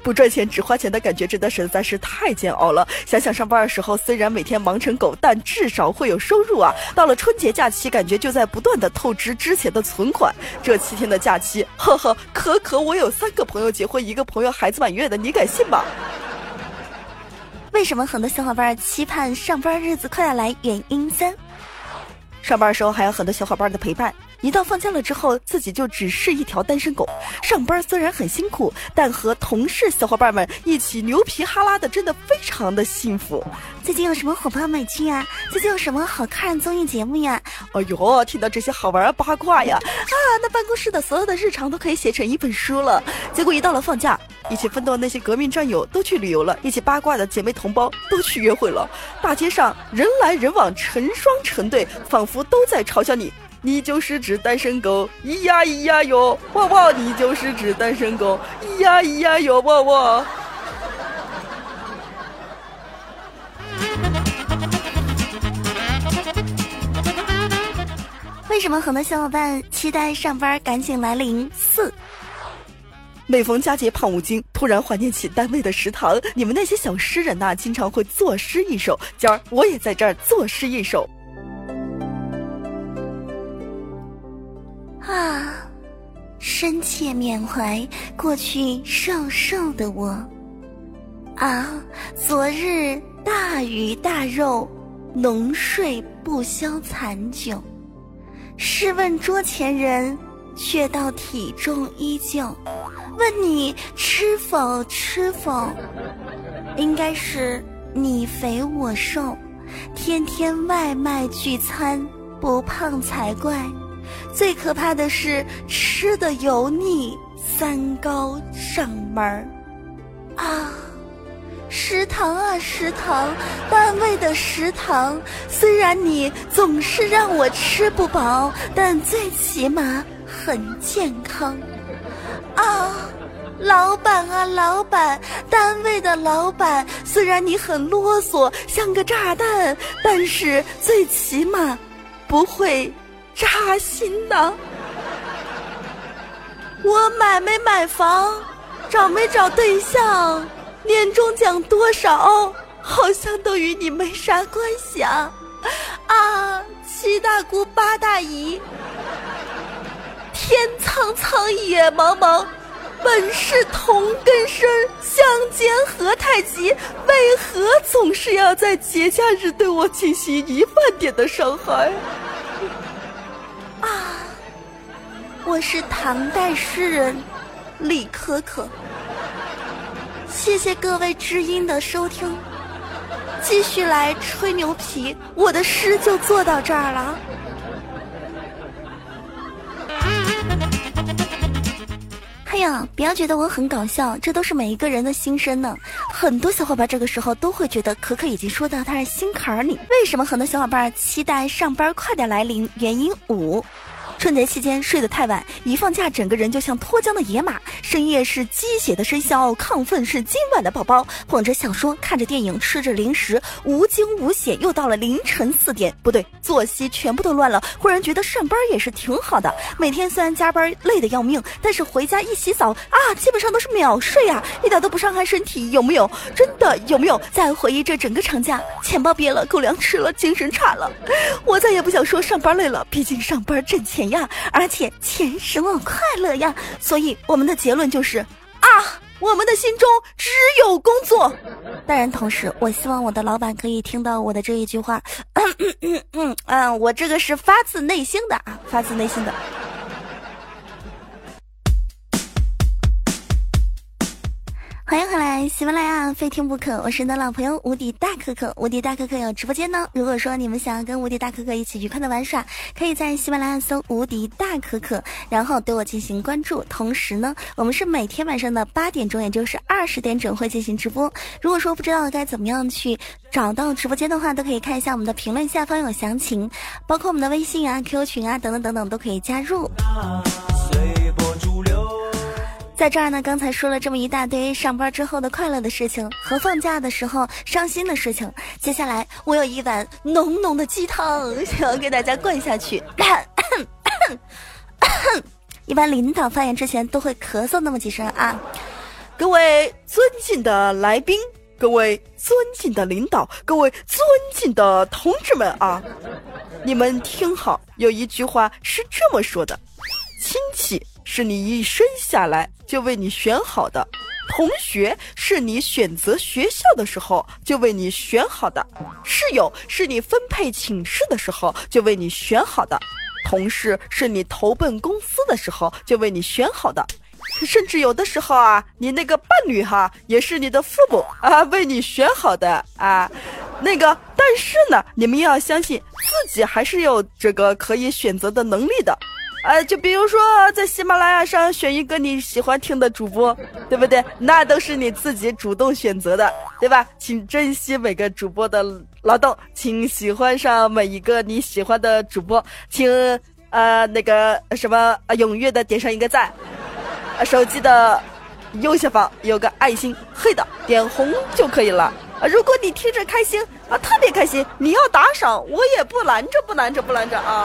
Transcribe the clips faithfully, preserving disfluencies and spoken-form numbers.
不赚钱只花钱的感觉真的实在是太煎熬了。想想上班的时候，虽然每天忙成狗，但至少会有收入啊。到了春节假期，感觉就在不断的透支之前的存款。这七天的假期，呵呵，可可我有三个朋友结婚，一个朋友孩子满月的，你敢信吗？ 为什么很多小伙伴期盼上班日子快点来？原因三： 上班的时候还有很多小伙伴的陪伴，一到放假了之后，自己就只是一条单身狗。上班虽然很辛苦，但和同事小伙伴们一起牛皮哈拉的，真的非常的幸福。 最近有什么火爆美剧呀？最近有什么好看综艺节目呀？ 哎呦，听到这些好玩八卦呀，啊，那办公室的所有的日常都可以写成一本书了。结果一到了放假，一起奋斗的那些革命战友都去旅游了，一起八卦的姐妹同胞都去约会了。大街上人来人往，成双成对，仿佛都在嘲笑你。你就是只单身狗，咿呀咿呀哟，哇哇！你就是只单身狗，咿呀咿呀哟，哇哇！ 为什么很多小伙伴期待上班赶紧来临？四。 每逢佳节胖五斤，突然怀念起单位的食堂。你们那些小诗人呐、啊，经常会作诗一首，今儿我也在这儿作诗一首。 啊，深切缅怀过去瘦瘦的我。啊，昨日大鱼大肉，浓睡不消残酒。试问桌前人，却道体重依旧。问你吃否吃否？应该是你肥我瘦，天天外卖聚餐，不胖才怪。最可怕的是吃的油腻，三高上门儿啊！食堂啊食堂，单位的食堂，虽然你总是让我吃不饱，但最起码很健康啊！老板啊老板，单位的老板，虽然你很啰嗦，像个炸弹，但是最起码不会扎心的。我买没买房，找没找对象，年终奖多少，好像都与你没啥关系啊！啊，七大姑八大姨，天苍苍野茫茫，本是同根生，相煎何太急，为何总是要在节假日对我进行一万点的伤害？啊，我是唐代诗人李可可。谢谢各位知音的收听，继续来吹牛皮，我的诗就做到这儿了。哎呀，不要觉得我很搞笑，这都是每一个人的心声呢。很多小伙伴这个时候都会觉得可可已经说到他的心坎里。为什么很多小伙伴期待上班快点来临？原因五。春节期间睡得太晚，一放假整个人就像脱缰的野马，深夜是鸡血的笙箫，亢奋是今晚的宝宝，捧着小说，看着电影，吃着零食，无惊无险。又到了凌晨四点，不对，作息全部都乱了。忽然觉得上班也是挺好的，每天虽然加班累得要命，但是回家一洗澡啊，基本上都是秒睡啊，一点都不伤害身体，有没有？真的有没有？再回忆这整个长假，钱包憋了，狗粮吃了，精神差了，我再也不想说上班累了，毕竟上班挣钱呀，而且钱使我快乐呀。所以我们的结论就是啊，我们的心中只有工作。当然同时我希望我的老板可以听到我的这一句话，嗯嗯嗯嗯嗯，我这个是发自内心的啊，发自内心的。欢迎回来喜马拉雅非听不可，我是你的老朋友无敌大可可。无敌大可可有直播间呢，如果说你们想要跟无敌大可可一起愉快的玩耍，可以在喜马拉雅搜无敌大可可，然后对我进行关注。同时呢，我们是每天晚上的八点钟，也就是二十点整会进行直播。如果说不知道该怎么样去找到直播间的话，都可以看一下我们的评论下方有详情，包括我们的微信啊 Q Q 群啊等等等等都可以加入。在这儿呢，刚才说了这么一大堆上班之后的快乐的事情和放假的时候伤心的事情，接下来我有一碗浓浓的鸡汤想要给大家灌下去。一般领导发言之前都会咳嗽那么几声啊。 各位尊敬的来宾，各位尊敬的领导，各位尊敬的同志们啊，你们听好，有一句话是这么说的：亲戚是你一生下来就为你选好的，同学是你选择学校的时候就为你选好的，室友是你分配寝室的时候就为你选好的，同事是你投奔公司的时候就为你选好的，甚至有的时候啊，你那个伴侣哈也是你的父母啊为你选好的啊。那个但是呢，你们要相信自己还是有这个可以选择的能力的。呃，就比如说在喜马拉雅上选一个你喜欢听的主播，对不对？那都是你自己主动选择的，对吧？请珍惜每个主播的劳动，请喜欢上每一个你喜欢的主播，请呃那个什么呃踊跃的点上一个赞，呃手机的右下方有个爱心，黑的点红就可以了。啊，如果你听着开心啊，特别开心，你要打赏，我也不拦着，不拦着，不拦着啊。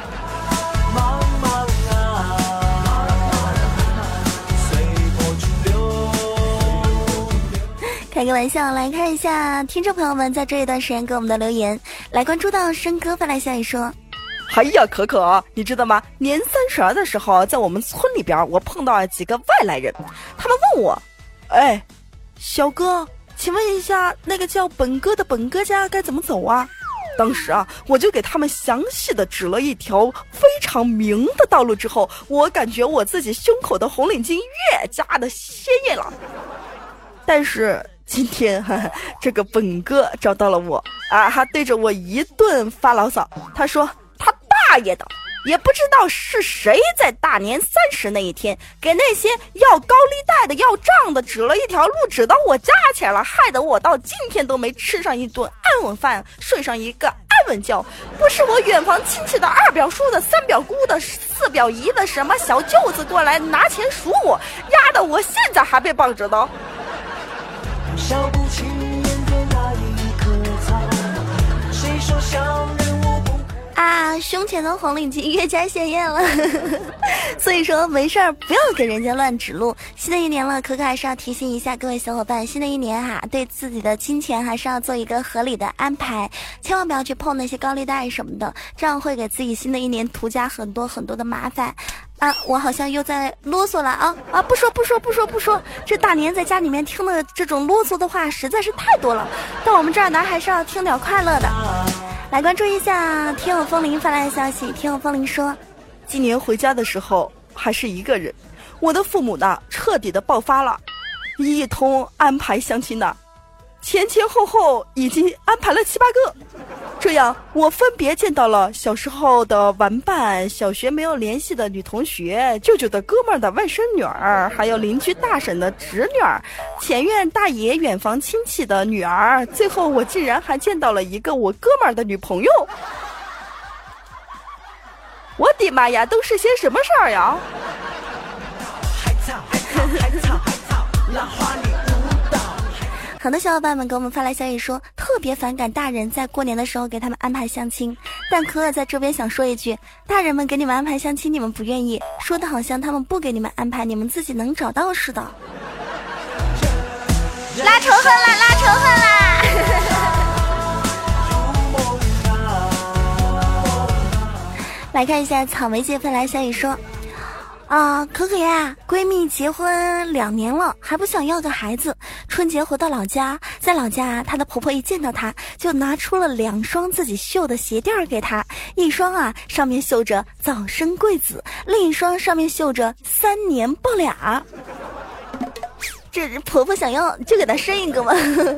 开个玩笑，来看一下听众朋友们在这一段时间给我们的留言。来关注到申哥发来消息说： 哎呀，可可啊，你知道吗？年三十的时候，在我们村里边，我碰到了几个外来人，他们问我：哎，小哥，请问一下，那个叫本哥的本哥家该怎么走啊？当时啊，我就给他们详细的指了一条非常明的道路，之后，我感觉我自己胸口的红领巾越加的鲜艳了。但是今天哈哈，这个本哥找到了我啊，他对着我一顿发牢骚，他说他大爷的，也不知道是谁在大年三十那一天给那些要高利贷的要账的指了一条路，指到我家去了，害得我到今天都没吃上一顿安稳饭，睡上一个安稳觉。不是我远房亲戚的二表叔的三表姑的四表姨的什么小舅子过来拿钱赎我，压得我现在还被绑着呢。 笑不清面对那一棵草，谁说相认无不啊，胸前的红领巾越加鲜艳了所以说没事儿不要给人家乱指路。新的一年了，可可还是要提醒一下各位小伙伴，新的一年哈、啊，对自己的金钱还是要做一个合理的安排，千万不要去碰那些高利贷什么的，这样会给自己新的一年途加很多很多的麻烦啊。我好像又在啰嗦了啊啊！不说不说不说不说，这大年在家里面听的这种啰嗦的话实在是太多了，到我们这儿呢还是要听点快乐的。来关注一下天有风铃发来的消息，天有风铃说， 今年回家的时候还是一个人，我的父母呢彻底的爆发了，一通安排相亲呢，前前后后已经安排了七八个，这样我分别见到了小时候的玩伴，小学没有联系的女同学，舅舅的哥们儿的外甥女儿，还有邻居大婶的侄女儿，前院大爷远房亲戚的女儿，最后我竟然还见到了一个我哥们儿的女朋友。我的妈呀，都是些什么事儿呀？ 海草海草海草海草，浪花里舞蹈。 很多小伙伴们给我们发来消息说，特别反感大人在过年的时候给他们安排相亲，但可可在这边想说一句，大人们给你们安排相亲你们不愿意，说的好像他们不给你们安排你们自己能找到似的。拉仇恨啦，拉仇恨啦来看一下草莓姐发来消息说，啊，可可呀，闺蜜结婚两年了，还不想要个孩子。春节回到老家，在老家，她的婆婆一见到她，就拿出了两双自己绣的鞋垫给她，一双啊上面绣着早生贵子，另一双上面绣着三年抱俩。这婆婆想要就给她生一个吗？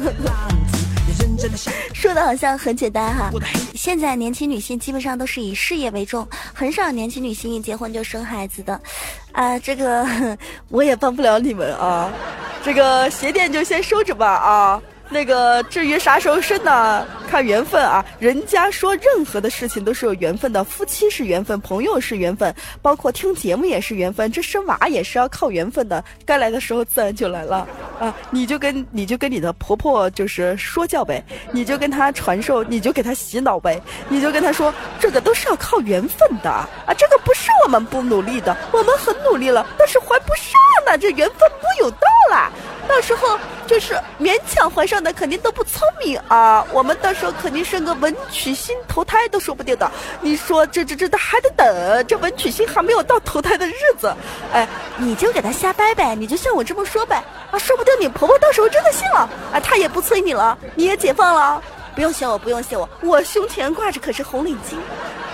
说的好像很简单哈，现在年轻女性基本上都是以事业为重，很少年轻女性一结婚就生孩子的，啊，这个我也帮不了你们啊，这个鞋垫就先收着吧啊。那个至于啥时候生呢，看缘分啊，人家说任何的事情都是有缘分的，夫妻是缘分，朋友是缘分，包括听节目也是缘分，这生娃也是要靠缘分的，该来的时候自然就来了啊。你就跟你就跟你的婆婆就是说教呗，你就跟她传授，你就给她洗脑呗，你就跟她说这个都是要靠缘分的啊，这个不是我们不努力的，我们很努力了，但是还不上呢，这缘分不有道了，到时候就是勉强怀上的肯定都不聪明啊，我们到时候肯定生个文曲星投胎都说不定的。你说这这这这还得等，这文曲星还没有到投胎的日子，哎，你就给他瞎掰掰，你就像我这么说呗啊，说不定你婆婆到时候真的信了啊，她也不催你了，你也解放了，不用谢我，不用谢我，我胸前挂着可是红领巾。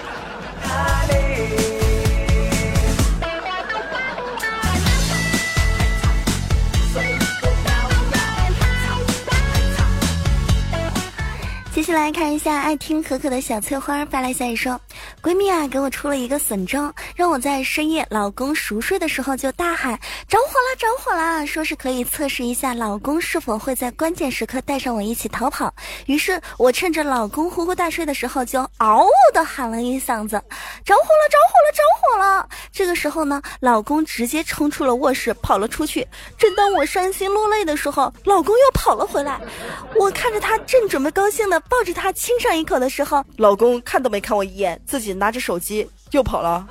接下来看一下爱听可可的小翠花发来消息说，闺蜜啊给我出了一个损招，让我在深夜老公熟睡的时候就大喊着火了着火了，说是可以测试一下老公是否会在关键时刻带上我一起逃跑。于是我趁着老公呼呼大睡的时候就嗷的喊了一嗓子着火了着火了着火了。这个时候呢，老公直接冲出了卧室跑了出去。正当我伤心落泪的时候，老公又跑了回来，我看着他正准备高兴的抱着他亲上一口的时候， 老公看都没看我一眼，自己拿着手机又跑了。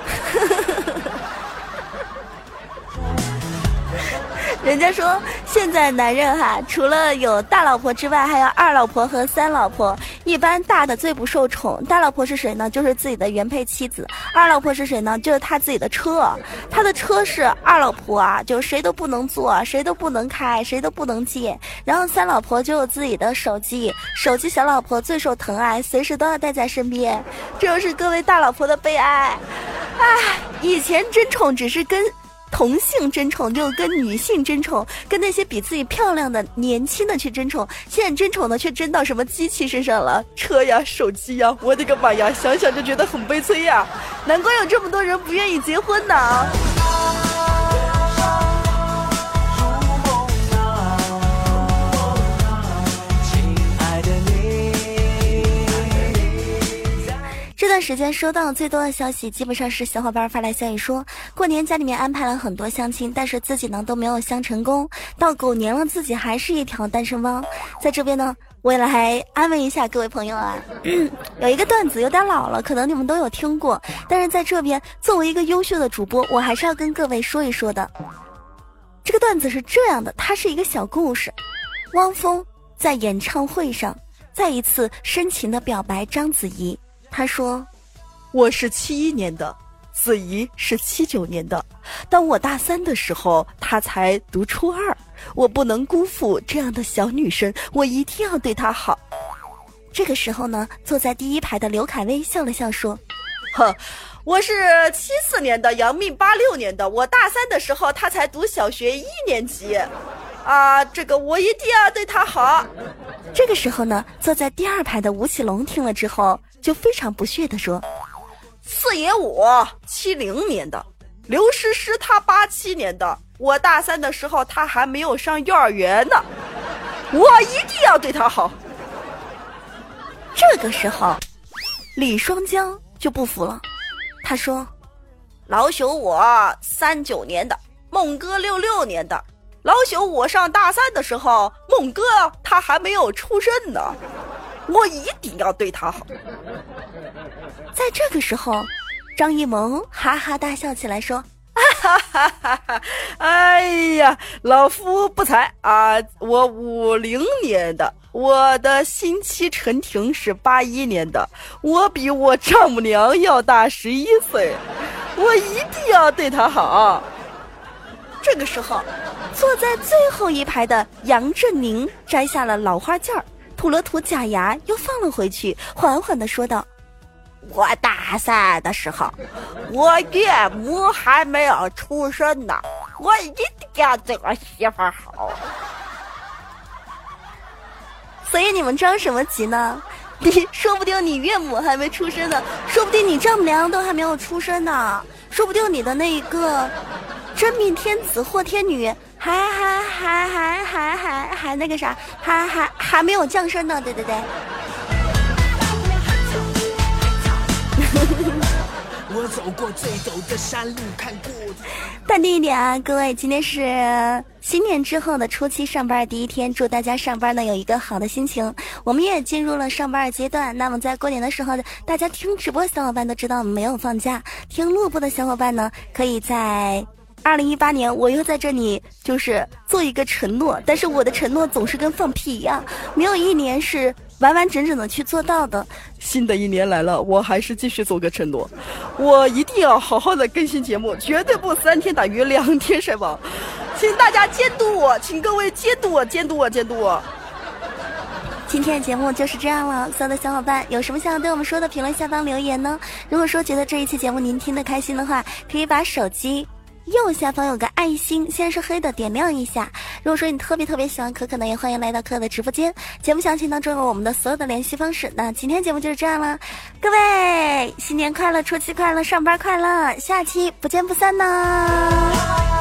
人家说现在男人哈，除了有大老婆之外，还有二老婆和三老婆。一般大的最不受宠，大老婆是谁呢？就是自己的原配妻子。二老婆是谁呢？就是他自己的车，他的车是二老婆啊，就谁都不能坐，谁都不能开，谁都不能借。然后三老婆就有自己的手机，手机小老婆最受疼爱，随时都要带在身边。这就是各位大老婆的悲哀。唉，以前争宠只是跟同性争宠，就跟女性争宠，跟那些比自己漂亮的年轻的去争宠。现在争宠呢却争到什么机器身上了，车呀手机呀，我的个妈呀，想想就觉得很悲催呀，难怪有这么多人不愿意结婚呢。这段时间收到最多的消息基本上是小伙伴发来消息说，过年家里面安排了很多相亲，但是自己呢都没有相成功，到狗年了自己还是一条单身汪。在这边呢我也来安慰一下各位朋友啊，有一个段子有点老了，可能你们都有听过，但是在这边作为一个优秀的主播，我还是要跟各位说一说的。这个段子是这样的，它是一个小故事。汪峰在演唱会上再一次深情地表白章子怡，他说， 我是七一年的，子怡是七九年的，当我大三的时候她才读初二，我不能辜负这样的小女生，我一定要对她好。 这个时候呢，坐在第一排的刘恺威笑了笑说， 哼，我是七四年的，杨幂八六年的，我大三的时候她才读小学一年级啊，这个我一定要对她好。 这个时候呢，坐在第二排的吴奇隆听了之后就非常不屑地说， 四爷我七零年的，刘诗诗她八七年的，我大三的时候她还没有上幼儿园呢，我一定要对她好。 这个时候李双江就不服了，他说， 老朽我三九年的，孟哥六六年的，老朽我上大三的时候孟哥他还没有出生呢，我一定要对他好。 在这个时候张艺谋哈哈大笑起来说， 哈哈哈哈，哎呀，老夫不才啊，我五零年的，我的新妻陈婷是八一年的，我比我丈母娘要大十一岁，我一定要对她好。 这个时候坐在最后一排的杨振宁摘下了老花镜儿，吐了吐假牙，又放了回去，缓缓地说道，我大三的时候我岳母还没有出生呢，我一定要对我媳妇儿好。所以你们着什么急呢？你说不定你岳母还没出生呢，说不定你丈母娘都还没有出生呢，说不定你的那一个真命天子或天女还还还还还还还那个啥，还还还没有降生呢，对对对。我走过最陡的山路，看过。淡定一点啊，各位，今天是新年之后的初期上班第一天，祝大家上班呢有一个好的心情。我们也进入了上班阶段，那么在过年的时候，大家听直播的小伙伴都知道我们没有放假，听录播的小伙伴呢，可以在二零一八年我又在这里就是做一个承诺，但是我的承诺总是跟放屁一样，没有一年是完完整整的去做到的。 新的一年来了，我还是继续做个承诺，我一定要好好的更新节目，绝对不三天打鱼两天晒网，请大家监督我，请各位监督我，监督我，监督我。 今天的节目就是这样了，所有的小伙伴有什么想要对我们说的，评论下方留言呢？如果说觉得这一期节目您听得开心的话，可以把手机右下方有个爱心，现在是黑的，点亮一下。如果说你特别特别喜欢可可呢，也欢迎来到可可的直播间。节目详情当中有我们的所有的联系方式。那今天节目就是这样了，各位新年快乐，除夕快乐，上班快乐，下期不见不散呢。